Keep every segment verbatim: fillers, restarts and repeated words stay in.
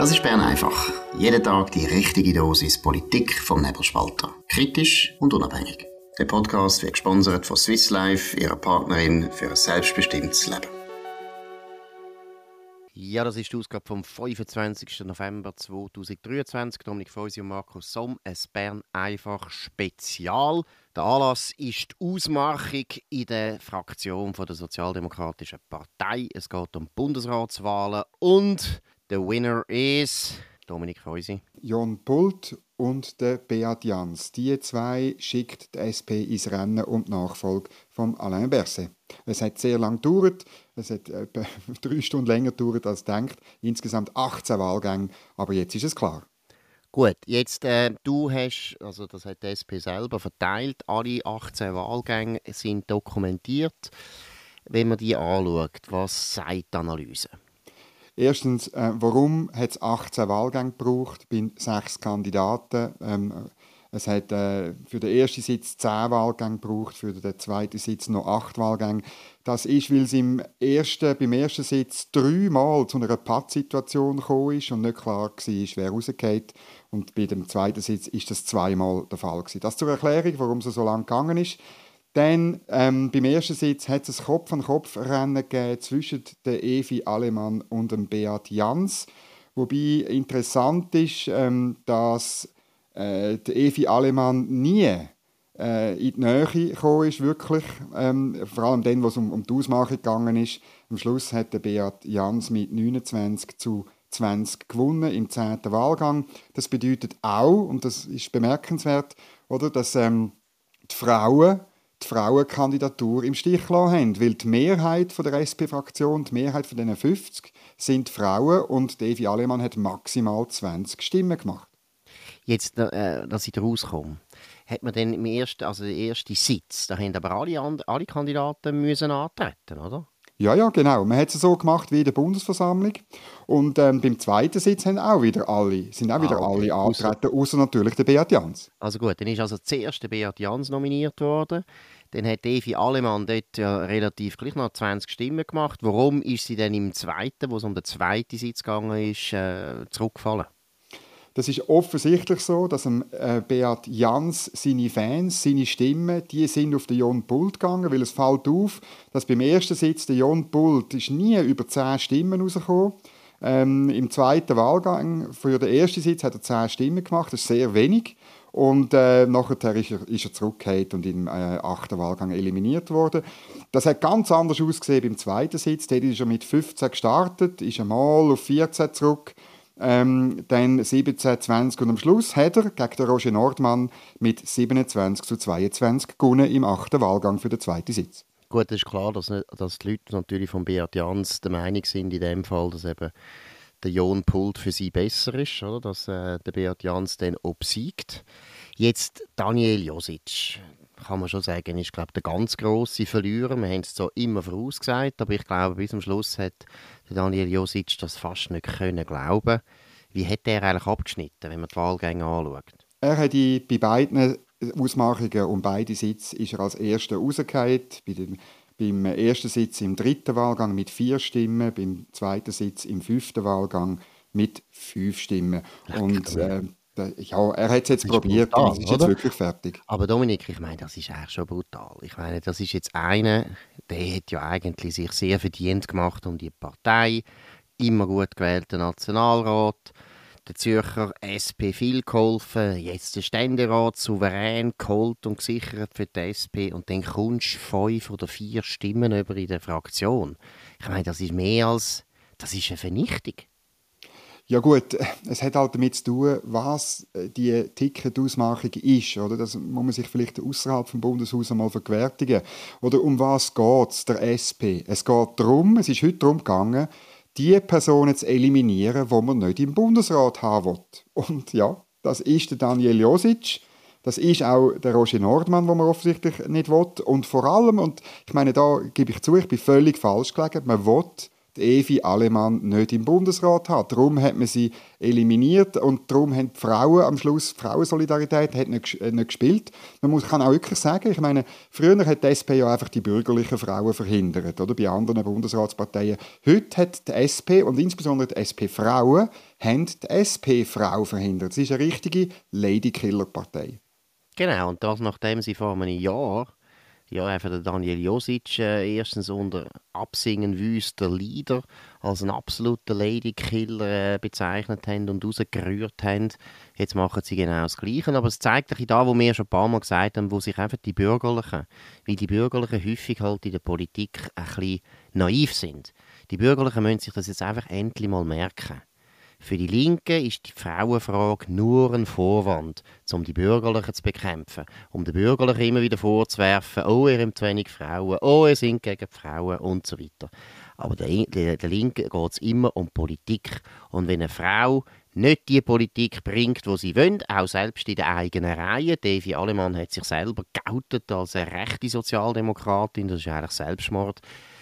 Das ist Bern einfach. Jeden Tag die richtige Dosis Politik vom Nebelspalter. Kritisch und unabhängig. Der Podcast wird gesponsert von Swiss Life, ihrer Partnerin für ein selbstbestimmtes Leben. Ja, das ist die Ausgabe vom fünfundzwanzigsten November zweitausenddreiundzwanzig. Dominik Feusi und Markus Somm, ein Bern einfach Spezial. Der Anlass ist die Ausmachung in der Fraktion von der Sozialdemokratischen Partei. Es geht um Bundesratswahlen und der Winner ist Dominik Feusi. Jon Pult und der Beat Jans. Die zwei schickt die S P ins Rennen um die Nachfolge von Alain Berset. Es hat sehr lange gedauert. Es hat etwa drei Stunden länger gedauert als gedacht. Insgesamt achtzehn Wahlgänge, aber jetzt ist es klar. Gut, jetzt äh, du hast, also das hat die S P selber verteilt, alle achtzehn Wahlgänge sind dokumentiert. Wenn man die anschaut, was sagt die Analyse? Erstens, äh, warum hat es achtzehn Wahlgänge gebraucht bei sechs Kandidaten? Ähm, es hat äh, für den ersten Sitz zehn Wahlgänge gebraucht, für den zweiten Sitz noch acht Wahlgänge. Das ist, weil es im ersten, beim ersten Sitz dreimal zu einer Pattsituation gekommen ist und nicht klar war, wer rausgeht. Und bei dem zweiten Sitz ist das zweimal der Fall gewesen. Das zur Erklärung, warum es so lange gegangen ist. Dann, ähm, beim ersten Sitz hat es ein Kopf-an-Kopf-Rennen gegeben zwischen der Evi Allemann und dem Beat Jans. Wobei interessant ist, ähm, dass äh, die Evi Allemann nie äh, in die Nähe gekommen ist, wirklich. Ähm, vor allem dann, wo es um, um die Ausmachung gegangen ist. Am Schluss hat der Beat Jans mit neunundzwanzig zu zwanzig gewonnen im zehnten Wahlgang. Das bedeutet auch, und das ist bemerkenswert, oder, dass ähm, die Frauen die Frauenkandidatur im Stich gelassen haben, weil die Mehrheit von der S P-Fraktion, die Mehrheit von diesen fünfzig, sind Frauen und Evi Allemann hat maximal zwanzig Stimmen gemacht. Jetzt, äh, dass ich da rauskomme, hat man dann im ersten, also den ersten Sitz, da haben aber alle, alle Kandidaten müssen antreten, oder? Ja, ja, genau. Man hat es so gemacht wie in der Bundesversammlung. Und ähm, beim zweiten Sitz haben auch wieder alle, sind auch wieder ah, okay. alle angetreten, außer natürlich der Beat Jans. Also gut, dann ist also zuerst der Beat Jans nominiert worden. Dann hat Evi Allemann dort ja relativ gleich noch zwanzig Stimmen gemacht. Warum ist sie dann im zweiten, wo es um den zweiten Sitz gegangen ist, äh, zurückgefallen? Das ist offensichtlich so, dass dem äh, Beat Jans seine Fans, seine Stimmen, die sind auf den Jon Pult gegangen, weil es fällt auf, dass beim ersten Sitz der Jon Pult ist nie über zehn Stimmen rausgekommen. Ähm, Im zweiten Wahlgang für den ersten Sitz hat er zehn Stimmen gemacht, das ist sehr wenig. Und äh, nachher ist er, ist er zurückgefallen und im äh, achten Wahlgang eliminiert worden. Das hat ganz anders ausgesehen beim zweiten Sitz. Dort ist er mit fünfzehn gestartet, ist einmal auf vierzehn zurück. Ähm, dann siebzehn, zwanzig und am Schluss hat er gegen den Roger Nordmann mit siebenundzwanzig zu zweiundzwanzig gewonnen im achten Wahlgang für den zweiten Sitz. Gut, es ist klar, dass, dass die Leute natürlich von Beat Jans der Meinung sind, in dem Fall, dass eben der Jon Pult für sie besser ist, oder? Dass äh, der Beat Jans dann obsiegt. Jetzt Daniel Josic, kann man schon sagen, ist, glaube ich, der ganz grosse Verlierer. Wir haben es so immer vorausgesagt, aber ich glaube, bis zum Schluss hat der Daniel Josic das fast nicht können glauben. Wie hat er eigentlich abgeschnitten, wenn man die Wahlgänge anschaut? Er hat die, bei beiden Ausmachungen um beide Sitze ist er als Erster rausgefallen. Bei dem, beim ersten Sitz im dritten Wahlgang mit vier Stimmen, beim zweiten Sitz im fünften Wahlgang mit fünf Stimmen. Und äh, ja, er hat es jetzt probiert brutal, und es ist jetzt wirklich fertig. Aber Dominik, ich meine, das ist eigentlich schon brutal. Ich meine, das ist jetzt einer, der hat ja eigentlich sich sehr verdient gemacht um die Partei, immer gut gewählter Nationalrat, der Zürcher S P viel geholfen, jetzt der Ständerat souverän geholt und gesichert für die S P und dann kommst du fünf oder vier Stimmen über in der Fraktion. Ich meine, das ist mehr als, das ist eine Vernichtung. Ja gut, es hat halt damit zu tun, was die Ticketausmachung ist. Oder? Das muss man sich vielleicht außerhalb vom Bundeshaus einmal vergewärtigen. Oder um was geht es der S P? Es geht darum, es ist heute darum gegangen, die Personen zu eliminieren, die man nicht im Bundesrat haben will. Und ja, das ist der Daniel Josic, das ist auch der Roger Nordmann, den man offensichtlich nicht will. Und vor allem, und ich meine, da gebe ich zu, ich bin völlig falsch gelegen, man will die Evi Allemann nicht im Bundesrat haben. Darum hat man sie eliminiert und darum haben die Frauen am Schluss, die Frauensolidarität hat nicht, äh, nicht gespielt. Man muss, kann auch wirklich sagen, ich meine, früher hat die S P ja einfach die bürgerlichen Frauen verhindert, oder, bei anderen Bundesratsparteien. Heute hat die S P und insbesondere die S P-Frauen haben die S P-Frau verhindert. Sie ist eine richtige Lady-Killer-Partei. Genau, und das nachdem sie vor einem Jahr ja, einfach der Daniel Josic äh, erstens unter Absingen wüster Lieder als einen absoluten Ladykiller äh, bezeichnet haben und rausgerührt haben. Jetzt machen sie genau das Gleiche. Aber es zeigt ein da, wo wir schon ein paar Mal gesagt haben, wo sich einfach die Bürgerlichen, weil die Bürgerlichen häufig halt in der Politik ein bisschen naiv sind. Die Bürgerlichen müssen sich das jetzt einfach endlich mal merken. Für die Linken ist die Frauenfrage nur ein Vorwand, um die Bürgerlichen zu bekämpfen. Um den Bürgerlichen immer wieder vorzuwerfen, oh, ihr habt zu wenig Frauen, oh, ihr seid gegen die Frauen und so weiter. Aber der, der, der Linken geht es immer um Politik. Und wenn eine Frau nicht die Politik bringt, die sie wollen, auch selbst in der eigenen Reihe, Evi Allemann hat sich selber geoutet als eine rechte Sozialdemokratin, das ist eigentlich Selbstmord,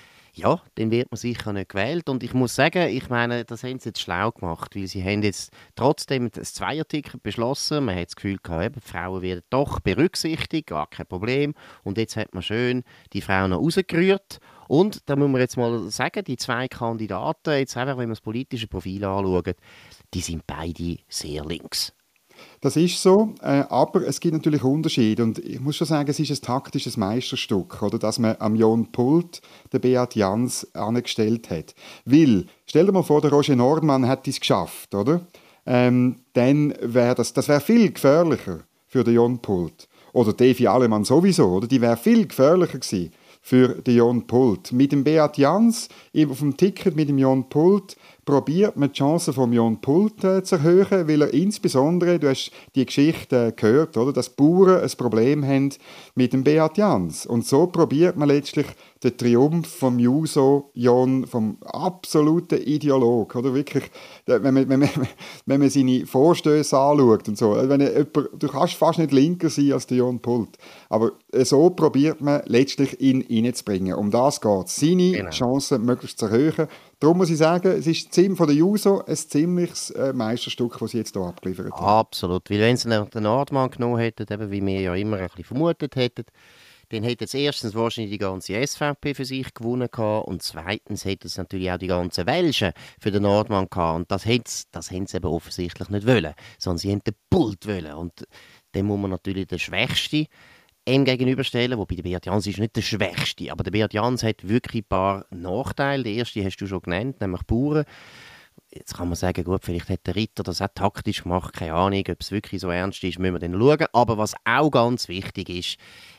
ja, dann wird man sicher nicht gewählt. Und ich muss sagen, ich meine, das haben sie jetzt schlau gemacht, weil sie haben jetzt trotzdem das Zweierticket beschlossen. Man hat das Gefühl gehabt, eben, die Frauen werden doch berücksichtigt, gar kein Problem. Und jetzt hat man schön die Frauen noch rausgerührt. Und da muss man jetzt mal sagen, die zwei Kandidaten, jetzt einfach, wenn man das politische Profil anschaut, die sind beide sehr links. Das ist so, äh, aber es gibt natürlich Unterschiede und ich muss schon sagen, es ist ein taktisches Meisterstück, oder, dass man am Jon Pult den Beat Jans angestellt hat. Weil, stell dir mal vor, der Roger Nordmann hat es geschafft, oder? Ähm, dann wäre das, das wär viel gefährlicher für den Jon Pult. Oder die Evi Allemann sowieso, oder? Die wäre viel gefährlicher gewesen für den Jon Pult. Mit dem Beat Jans, auf dem Ticket mit dem Jon Pult, probiert man die Chancen von Jon Pult äh, zu erhöhen, weil er insbesondere, du hast die Geschichte äh, gehört, oder, dass Bauern ein Problem haben mit dem Beat Jans. Und so probiert man letztlich den Triumph vom Juso Jon, vom absoluten Ideolog, oder wirklich, wenn man, wenn man, wenn man seine Vorstöße anschaut und so, wenn jemand, du kannst fast nicht linker sein als der Jon Pult, aber äh, so probiert man letztlich ihn reinzubringen. Um das geht es, seine genau. Chancen möglichst zu erhöhen. Darum muss ich sagen, es ist Zim von der Juso ein ziemliches äh, Meisterstück, das sie jetzt hier abgeliefert haben. Absolut, weil wenn sie den Nordmann genommen hätten, eben wie wir ja immer ein bisschen vermutet hätten, dann hätte es erstens wahrscheinlich die ganze S V P für sich gewonnen gehabt und zweitens hätte es natürlich auch die ganzen Welschen für den Nordmann gehabt und das, das haben sie eben offensichtlich nicht wollen, sondern sie haben den Pult wollen und dann muss man natürlich den Schwächsten ihm gegenüberstellen, wobei der Beat Jans ist nicht der Schwächste, aber der Beat Jans hat wirklich ein paar Nachteile. Der erste hast du schon genannt, nämlich Bauern. Jetzt kann man sagen, gut, vielleicht hat der Ritter das auch taktisch gemacht, keine Ahnung, ob es wirklich so ernst ist, müssen wir dann schauen. Aber was auch ganz wichtig ist,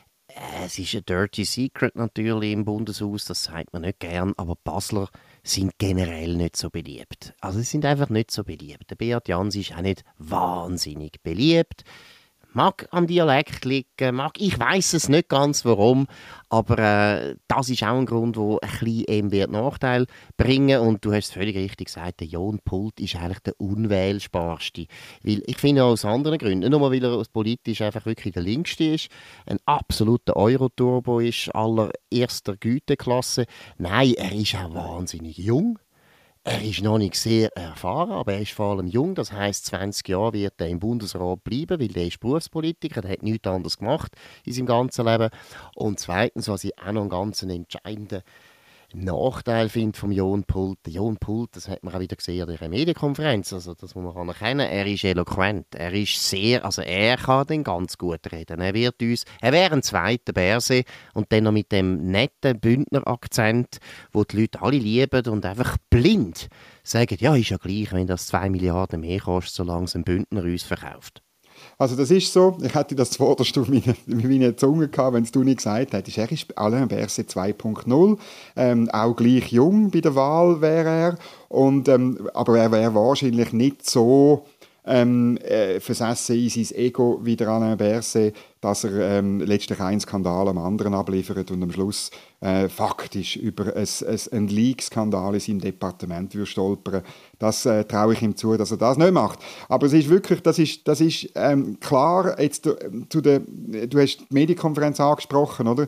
äh, es ist ein Dirty Secret natürlich im Bundeshaus, das sagt man nicht gern, aber Basler sind generell nicht so beliebt. Also sie sind einfach nicht so beliebt. Der Beat Jans ist auch nicht wahnsinnig beliebt. Mag am Dialekt liegen, mag, ich weiss es nicht ganz warum, aber äh, das ist auch ein Grund, der ein bisschen eben wird Nachteil bringen. Und du hast es völlig richtig gesagt, der Jon Pult ist eigentlich der unwählbarste. Weil ich finde auch aus anderen Gründen, nicht nur weil er politisch einfach wirklich der Linkste ist, ein absoluter Euro-Turbo ist, aller erster Güteklasse. Nein, er ist auch wahnsinnig jung. Er ist noch nicht sehr erfahren, aber er ist vor allem jung. Das heisst, zwanzig Jahre wird er im Bundesrat bleiben, weil er ist Berufspolitiker, der hat nichts anderes gemacht in seinem ganzen Leben. Und zweitens, was ich auch noch einen ganz entscheidenden Nachteil finde vom Jon Pult. Der Jon Pult, das hat man auch wieder gesehen an der Medienkonferenz, also das muss man anerkennen, er ist eloquent, er ist sehr, also er kann dann ganz gut reden. Er wird uns, er wäre ein zweiter Berse und dann noch mit dem netten Bündner Akzent, wo die Leute alle lieben und einfach blind sagen, ja, ist ja gleich, wenn das zwei Milliarden mehr kostet, solange es ein Bündner uns verkauft. Also das ist so, ich hätte das zuvorderst auf meiner meine Zunge gehabt, wenn es du nicht gesagt hättest. Er ist Alain Berset zwei Punkt null, ähm, auch gleich jung bei der Wahl wäre er, und, ähm, aber er wäre wahrscheinlich nicht so ähm, äh, versessen in sein Ego wie der Alain Berset, dass er ähm, letztlich einen Skandal am anderen abliefert und am Schluss äh, faktisch über ein, ein, einen Leak-Skandal in seinem Departement würde stolpern. Das äh, traue ich ihm zu, dass er das nicht macht. Aber es ist wirklich, das ist, das ist ähm, klar, jetzt, äh, zu der, du hast die Medienkonferenz angesprochen, oder?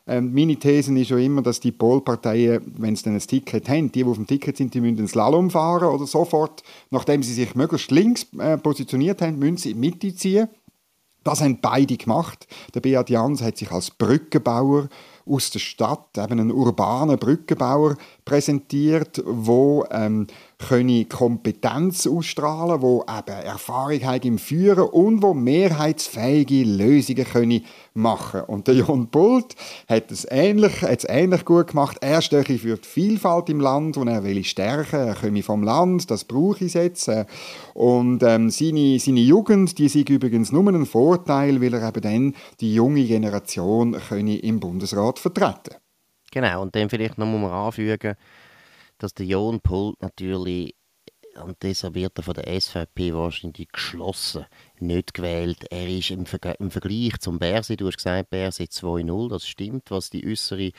Ähm, meine These ist schon immer, dass die Polparteien, wenn sie dann ein Ticket haben, die, die auf dem Ticket sind, die müssen einen Slalom fahren oder sofort, nachdem sie sich möglichst links äh, positioniert haben, müssen sie in die Mitte ziehen. Das haben beide gemacht. Der Beat Jans hat sich als Brückenbauer aus der Stadt, eben einen urbanen Brückenbauer präsentiert, wo ähm, können Kompetenz ausstrahlen, wo eben Erfahrung hat im Führen und wo mehrheitsfähige Lösungen können machen. Und der John Pult hat es ähnlich, hat es ähnlich gut gemacht. Er stehe für die Vielfalt im Land, und er will stärken. Er komme vom Land, das brauche ich jetzt. Und ähm, seine, seine Jugend, die sei übrigens nur ein Vorteil, weil er eben dann die junge Generation könne im Bundesrat vertreten. Genau, und dann vielleicht noch muss man anfügen, dass der John Pult natürlich, und deshalb wird er von der S V P wahrscheinlich geschlossen nicht gewählt. Er ist im, Verg- im Vergleich zum Berset, du hast gesagt, Berset zwei null, das stimmt, was die äußere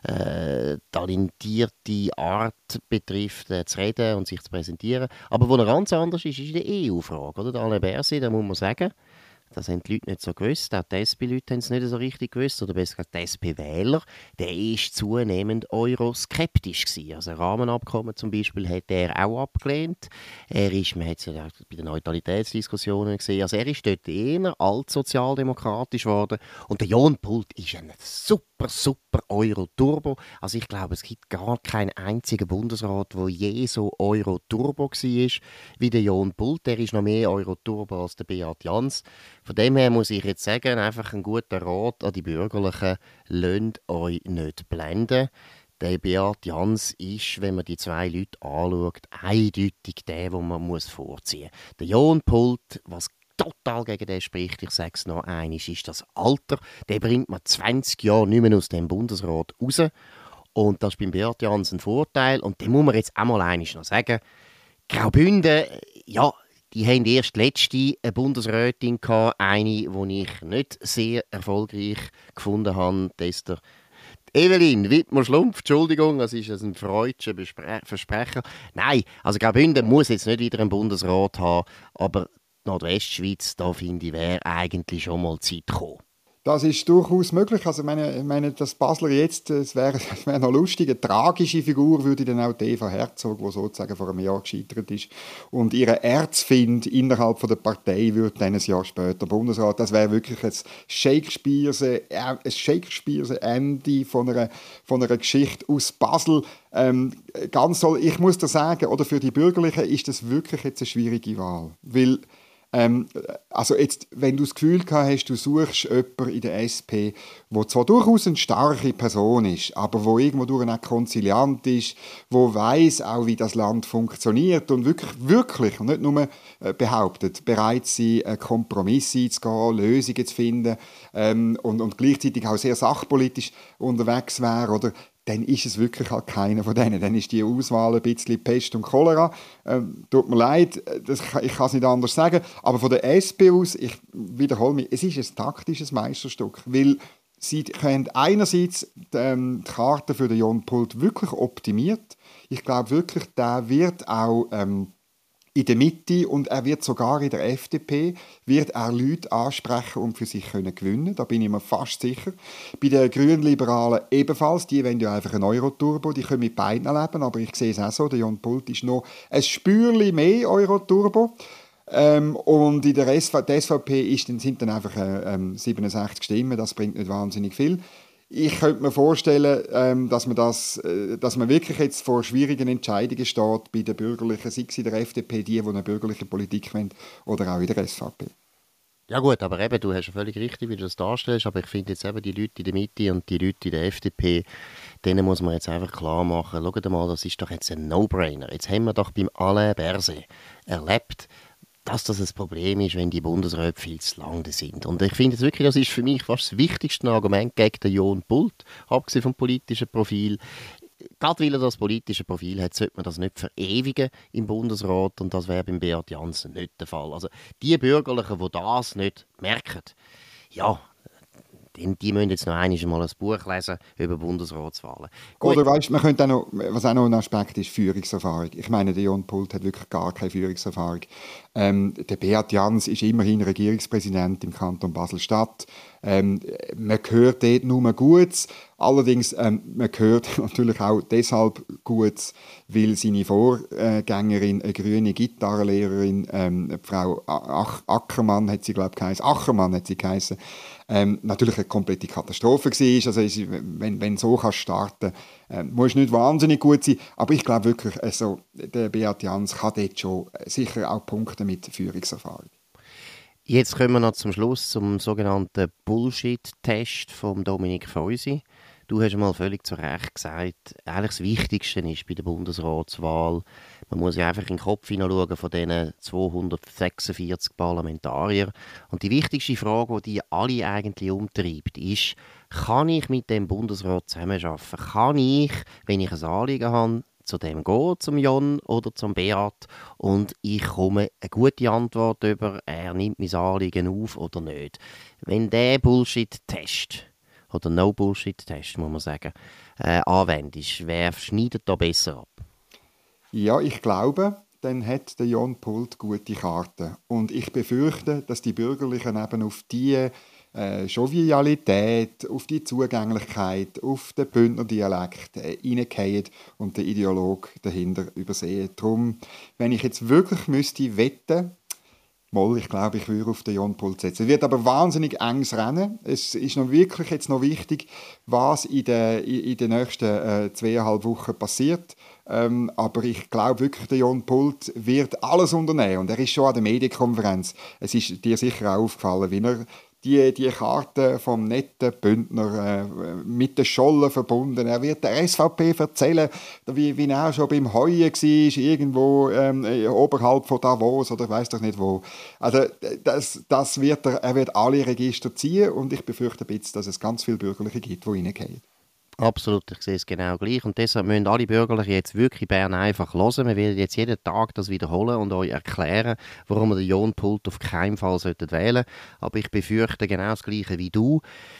äh, talentierte Art betrifft, äh, zu reden und sich zu präsentieren. Aber wo er ganz anders ist, ist in der E U-Frage. Oder? Der Alain Berset, da muss man sagen, das haben die Leute nicht so gewusst. Auch die S P-Leute haben es nicht so richtig gewusst. Oder besser gesagt, die S P-Wähler. Der war zunehmend euroskeptisch gewesen. Also ein Rahmenabkommen zum Beispiel hat er auch abgelehnt. Er ist, man hat es ja bei den Neutralitätsdiskussionen gesehen, also er ist dort eher altsozialdemokratisch geworden. Und der John Pult ist ein super, super Euro-Turbo. Also ich glaube, es gibt gar keinen einzigen Bundesrat, der je so Euro-Turbo war wie der John Pult. Der ist noch mehr Euro-Turbo als der Beat Jans. Von dem her muss ich jetzt sagen, einfach ein guter Rat an die Bürgerlichen: lasst euch nicht blenden. Der Beat Jans ist, wenn man die zwei Leute anschaut, eindeutig der, den man muss vorziehen muss. Der John Pult, was total gegen den spricht, ich sage es noch einmal, ist das Alter. Der bringt man zwanzig Jahre nicht mehr aus dem Bundesrat raus. Und das ist beim Beat Jans ein Vorteil. Und den muss man jetzt einmal einmal noch sagen. Graubünden, ja, die haben erst letzte eine Bundesrätin gehabt, eine, die ich nicht sehr erfolgreich gefunden habe. Das ist der Evelyn Wittmer-Schlumpf. Entschuldigung, das ist ein freudscher Bespre- Versprecher. Nein, also Graubünden muss jetzt nicht wieder einen Bundesrat haben, aber die Nordwestschweiz, da finde ich, wäre eigentlich schon mal Zeit gekommen. Das ist durchaus möglich. Also meine, meine, das Basler jetzt, es wäre wär noch lustig, eine tragische Figur würde dann auch die Eva Herzog, die sozusagen vor einem Jahr gescheitert ist. Und ihre Erzfind innerhalb von der Partei wird dann ein Jahr später Bundesrat. Das wäre wirklich ein Shakespeare-se, ein Shakespeare-se Ende von einer, von einer Geschichte aus Basel. Ähm, ganz toll. Ich muss dir sagen, oder für die Bürgerlichen ist das wirklich jetzt eine schwierige Wahl. Weil Ähm, also jetzt, wenn du das Gefühl gehabt hast, du suchst jemanden in der S P, der zwar durchaus eine starke Person ist, aber wo irgendwo durch auch konziliant ist, wo weiss auch, wie das Land funktioniert und wirklich, wirklich, und nicht nur äh, behauptet, bereit sein, Kompromisse einzugehen, Lösungen zu finden ähm, und, und gleichzeitig auch sehr sachpolitisch unterwegs wäre, oder dann ist es wirklich halt keiner von denen. Dann ist die Auswahl ein bisschen Pest und Cholera. Ähm, tut mir leid, das, ich kann es nicht anders sagen. Aber von der S P aus, ich wiederhole mich, es ist ein taktisches Meisterstück. Weil sie können einerseits die, ähm, die Karte für den John Pult wirklich optimiert. Ich glaube wirklich, der wird auch ähm, in der Mitte und er wird sogar in der F D P wird er Leute ansprechen und für sich können gewinnen. Da bin ich mir fast sicher. Bei den Grünliberalen ebenfalls. Die wollen ja einfach einen Euro-Turbo. Die können mit beiden leben. Aber ich sehe es auch so. Der John Pult ist noch ein Spürchen mehr Euro-Turbo. Ähm, und in der S V P, der S V P ist, sind dann einfach äh, siebenundsechzig Stimmen. Das bringt nicht wahnsinnig viel. Ich könnte mir vorstellen, ähm, dass, man das, äh, dass man wirklich jetzt vor schwierigen Entscheidungen steht bei den Bürgerlichen, sei es in der F D P, die, die eine bürgerliche Politik wollen, oder auch in der S V P. Ja gut, aber eben, du hast ja völlig richtig, wie du das darstellst, aber ich finde jetzt eben die Leute in der Mitte und die Leute in der F D P, denen muss man jetzt einfach klar machen, schaut mal, das ist doch jetzt ein No-Brainer. Jetzt haben wir doch beim Alain Berset erlebt, dass das ein Problem ist, wenn die Bundesräte viel zu lang sind. Und ich finde jetzt wirklich, das ist für mich fast das wichtigste Argument gegen den John Pult, abgesehen vom politischen Profil. Gerade weil er das politische Profil hat, sollte man das nicht verewigen im Bundesrat und das wäre beim Beat Jansen nicht der Fall. Also die Bürgerlichen, die das nicht merken, ja, die, die müssen jetzt noch einmal ein Buch lesen über Bundesratswahlen. Gut. Oder weißt, man könnte auch noch, was auch noch ein Aspekt ist, Führungserfahrung. Ich meine, der John Pult hat wirklich gar keine Führungserfahrung. Ähm, der Beat Jans ist immerhin Regierungspräsident im Kanton Basel-Stadt. Ähm, man hört dort nur Gutes. Allerdings, ähm, man hört natürlich auch deshalb Gutes, weil seine Vorgängerin, eine grüne Gitarrenlehrerin, ähm, Frau Ach Ackermann hat sie, glaube ich, geheißen. Achermann hat sie geheißen. Ähm, natürlich eine komplette Katastrophe war. Also, wenn, wenn so kannst starten äh, muss nicht wahnsinnig gut sein. Aber ich glaube wirklich, also, der Beat Jans kann dort schon sicher auch Punkte mit Führungserfahrung. Jetzt kommen wir noch zum Schluss zum sogenannten Bullshit-Test von Dominik Feusi. Du hast mal völlig zu Recht gesagt, eigentlich das Wichtigste ist bei der Bundesratswahl, man muss ja einfach in den Kopf hineinschauen von diesen zweihundertsechsundvierzig Parlamentariern. Und die wichtigste Frage, die die alle eigentlich umtreibt, ist, kann ich mit dem Bundesrat zusammenarbeiten? Kann ich, wenn ich ein Anliegen habe, zu dem gehen, zum Jon oder zum Beat, und ich komme eine gute Antwort über, er nimmt mein Anliegen auf oder nicht. Wenn der Bullshit-Test oder No-Bullshit-Test, muss man sagen, äh, anwendest, wer schneidet da besser ab? Ja, ich glaube, dann hat der Jon Pult gute Karten. Und ich befürchte, dass die Bürgerlichen eben auf die äh, Jovialität, auf die Zugänglichkeit, auf den Bündner Dialekt äh, reingehen und den Ideolog dahinter übersehen. Darum, wenn ich jetzt wirklich müsste wetten, Moll, ich glaube, ich würde auf den Jon Pult setzen. Es wird aber wahnsinnig enges Rennen. Es ist noch wirklich jetzt noch wichtig, was in den, in den nächsten äh, zweieinhalb Wochen passiert. Ähm, aber ich glaube wirklich, der Jon Pult wird alles unternehmen. Und er ist schon an der Medienkonferenz. Es ist dir sicher auch aufgefallen, wie er die, die Karte vom netten Bündner äh, mit den Schollen verbunden. Er wird der S V P erzählen, wie, wie er schon beim Heuen war, irgendwo ähm, oberhalb von Davos oder ich weiss doch nicht wo. Also das, das wird er, er wird alle Register ziehen und ich befürchte ein bisschen, dass es ganz viele Bürgerliche gibt, die reingehen. Absolut, ich sehe es genau gleich. Und deshalb müssen alle Bürgerlichen jetzt wirklich Bern einfach hören. Wir werden jetzt jeden Tag das wiederholen und euch erklären, warum wir den Jon Pult auf keinen Fall wählen sollten. Aber ich befürchte genau das Gleiche wie du.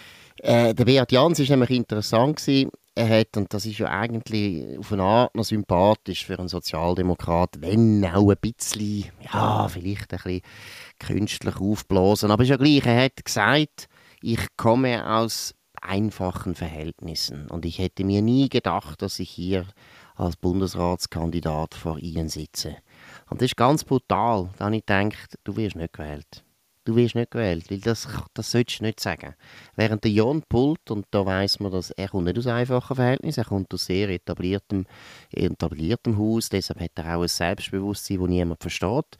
Äh, der Beat Jans war nämlich interessant gewesen. Er hat, und das ist ja eigentlich auf eine Art noch sympathisch für einen Sozialdemokrat, wenn auch ein bisschen, ja, vielleicht ein bisschen künstlich aufblasen. Aber ist ja gleich, er hat gesagt, ich komme aus einfachen Verhältnissen. Und ich hätte mir nie gedacht, dass ich hier als Bundesratskandidat vor Ihnen sitze. Und das ist ganz brutal. Da habe ich gedacht, du wirst nicht gewählt. Du wirst nicht gewählt, weil das, das solltest du nicht sagen. Während der Jon Pult, und da weiss man, dass er kommt nicht aus einfachen Verhältnissen, er kommt aus sehr etabliertem, etabliertem Haus, deshalb hat er auch ein Selbstbewusstsein, das niemand versteht.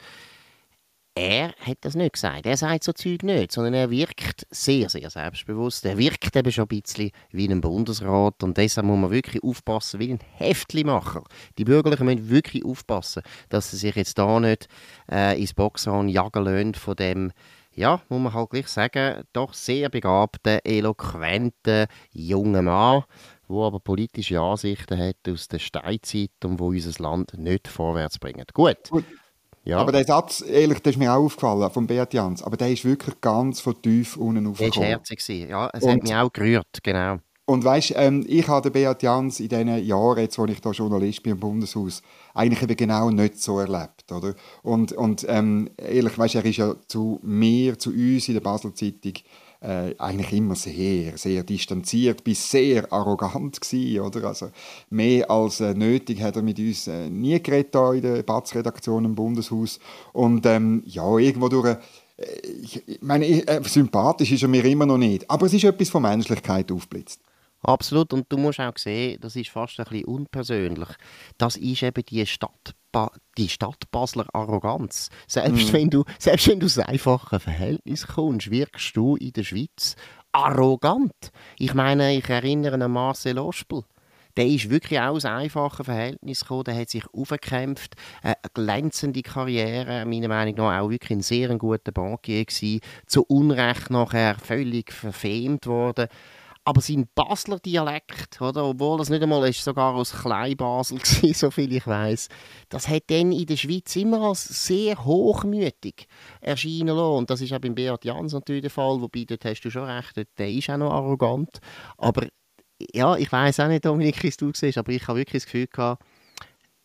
Er hat das nicht gesagt. Er sagt so Zeug nicht, sondern er wirkt sehr, sehr selbstbewusst. Er wirkt eben schon ein bisschen wie ein Bundesrat und deshalb muss man wirklich aufpassen, wie ein Heftlimacher. Die Bürgerlichen müssen wirklich aufpassen, dass sie sich jetzt da nicht äh, ins Boxhorn jagen lassen von dem, ja, muss man halt gleich sagen, doch sehr begabten, eloquenten jungen Mann, der aber politische Ansichten hat aus der Steinzeit und wo unser Land nicht vorwärts bringt. Gut. Gut. Ja. Aber der Satz, ehrlich, der ist mir auch aufgefallen, von Beat Jans, aber der ist wirklich ganz von tief unten aufgekommen. Der war herzig, ja, es und, hat mich auch gerührt, genau. Und weißt, ähm, ich habe den Beat Jans in diesen Jahren, jetzt, wo ich da Journalist bin im Bundeshaus, eigentlich eben genau nicht so erlebt, oder? Und, und ähm, ehrlich, weißt, er ist ja zu mir, zu uns in der Basel-Zeitung Äh, eigentlich immer sehr, sehr distanziert bis sehr arrogant gewesen, oder? Also mehr als äh, nötig hat er mit uns äh, nie geredet in der B A Z-Redaktion im Bundeshaus. Und ähm, ja, irgendwo durch, äh, ich, ich meine, äh, sympathisch ist er mir immer noch nicht, aber es ist etwas von Menschlichkeit aufgeblitzt. Absolut, und du musst auch sehen, das ist fast ein bisschen unpersönlich. Das ist eben die Stadt, die Stadt Basler Arroganz. Selbst, mm. wenn du, selbst wenn du aus einfachen Verhältnissen kommst, wirkst du in der Schweiz arrogant. Ich meine, ich erinnere an Marcel Ospel. Der ist wirklich auch aus einfachen Verhältnissen gekommen, der hat sich aufgekämpft, eine glänzende Karriere, meiner Meinung nach auch wirklich ein sehr guter Bankier gewesen, zu Unrecht nachher völlig verfemt worden. Aber sein Basler Dialekt, oder, obwohl das nicht einmal ist, sogar aus Kleinbasel war, so viel ich weiss, das hat dann in der Schweiz immer als sehr hochmütig erscheinen lassen. Und das ist auch beim Beat Jans natürlich der Fall, wobei dort hast du schon recht, der ist auch noch arrogant. Aber ja, ich weiss auch nicht, Dominik, wie du siehst, aber ich habe wirklich das Gefühl gehabt,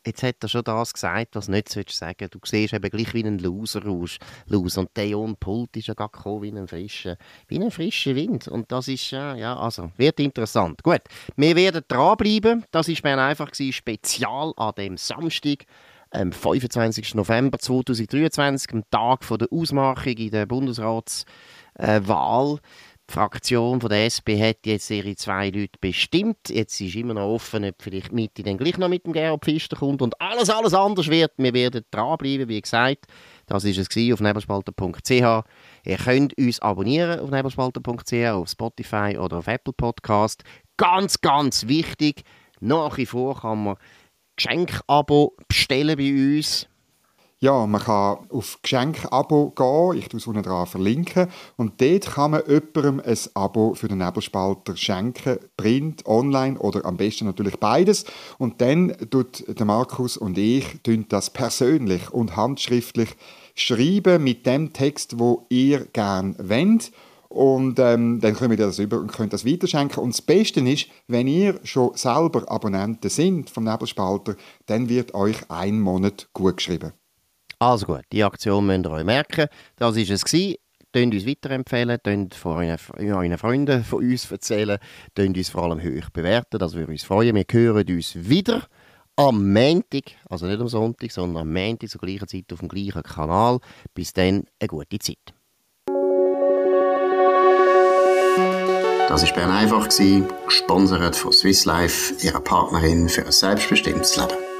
Jetzt hat er schon das gesagt, was du nicht sagen sollst. Du siehst eben gleich wie ein Loser aus. Und der Jon Pult ist ja gar gekommen wie ein frischer, wie ein frischer Wind. Und das ist, äh, ja, also, wird interessant. Gut, wir werden dranbleiben. Das war Bern einfach gewesen, Spezial an dem Samstag, am fünfundzwanzigsten November zweitausenddreiundzwanzig, am Tag von der Ausmachung in der Bundesratswahl. Die Fraktion von der S P hat jetzt ihre zwei Leute bestimmt. Jetzt ist immer noch offen, ob vielleicht Mitte dann gleich noch mit dem Gerhard Pfister kommt und alles, alles anders wird. Wir werden dranbleiben, wie gesagt. Das war es auf nebelspalter punkt c h. Ihr könnt uns abonnieren auf nebelspalter punkt c h, auf Spotify oder auf Apple Podcast. Ganz, ganz wichtig, nach wie vor kann man Geschenkabo bestellen bei uns. Ja, man kann auf Geschenkabo gehen, ich tue es unten dran verlinken, und dort kann man jemandem ein Abo für den Nebelspalter schenken, Print, online oder am besten natürlich beides. Und dann tut der Markus und ich das persönlich und handschriftlich schreiben mit dem Text, wo ihr gerne wollt. Und ähm, dann können wir das über und könnt das weiterschenken. Und das Beste ist, wenn ihr schon selber Abonnenten sind vom Nebelspalter, dann wird euch ein Monat gut geschrieben. Also gut, die Aktion müsst ihr euch merken. Das war es. Tönt uns weiterempfehlen, tönt von euren, euren Freunden von uns erzählen, tönt uns vor allem hoch bewerten, das würde uns freuen. Wir hören uns wieder am Montag, also nicht am Sonntag, sondern am Montag zur gleichen Zeit auf dem gleichen Kanal. Bis dann, eine gute Zeit. Das war Bern einfach, gesponsert von Swiss Life, ihrer Partnerin für ein selbstbestimmtes Leben.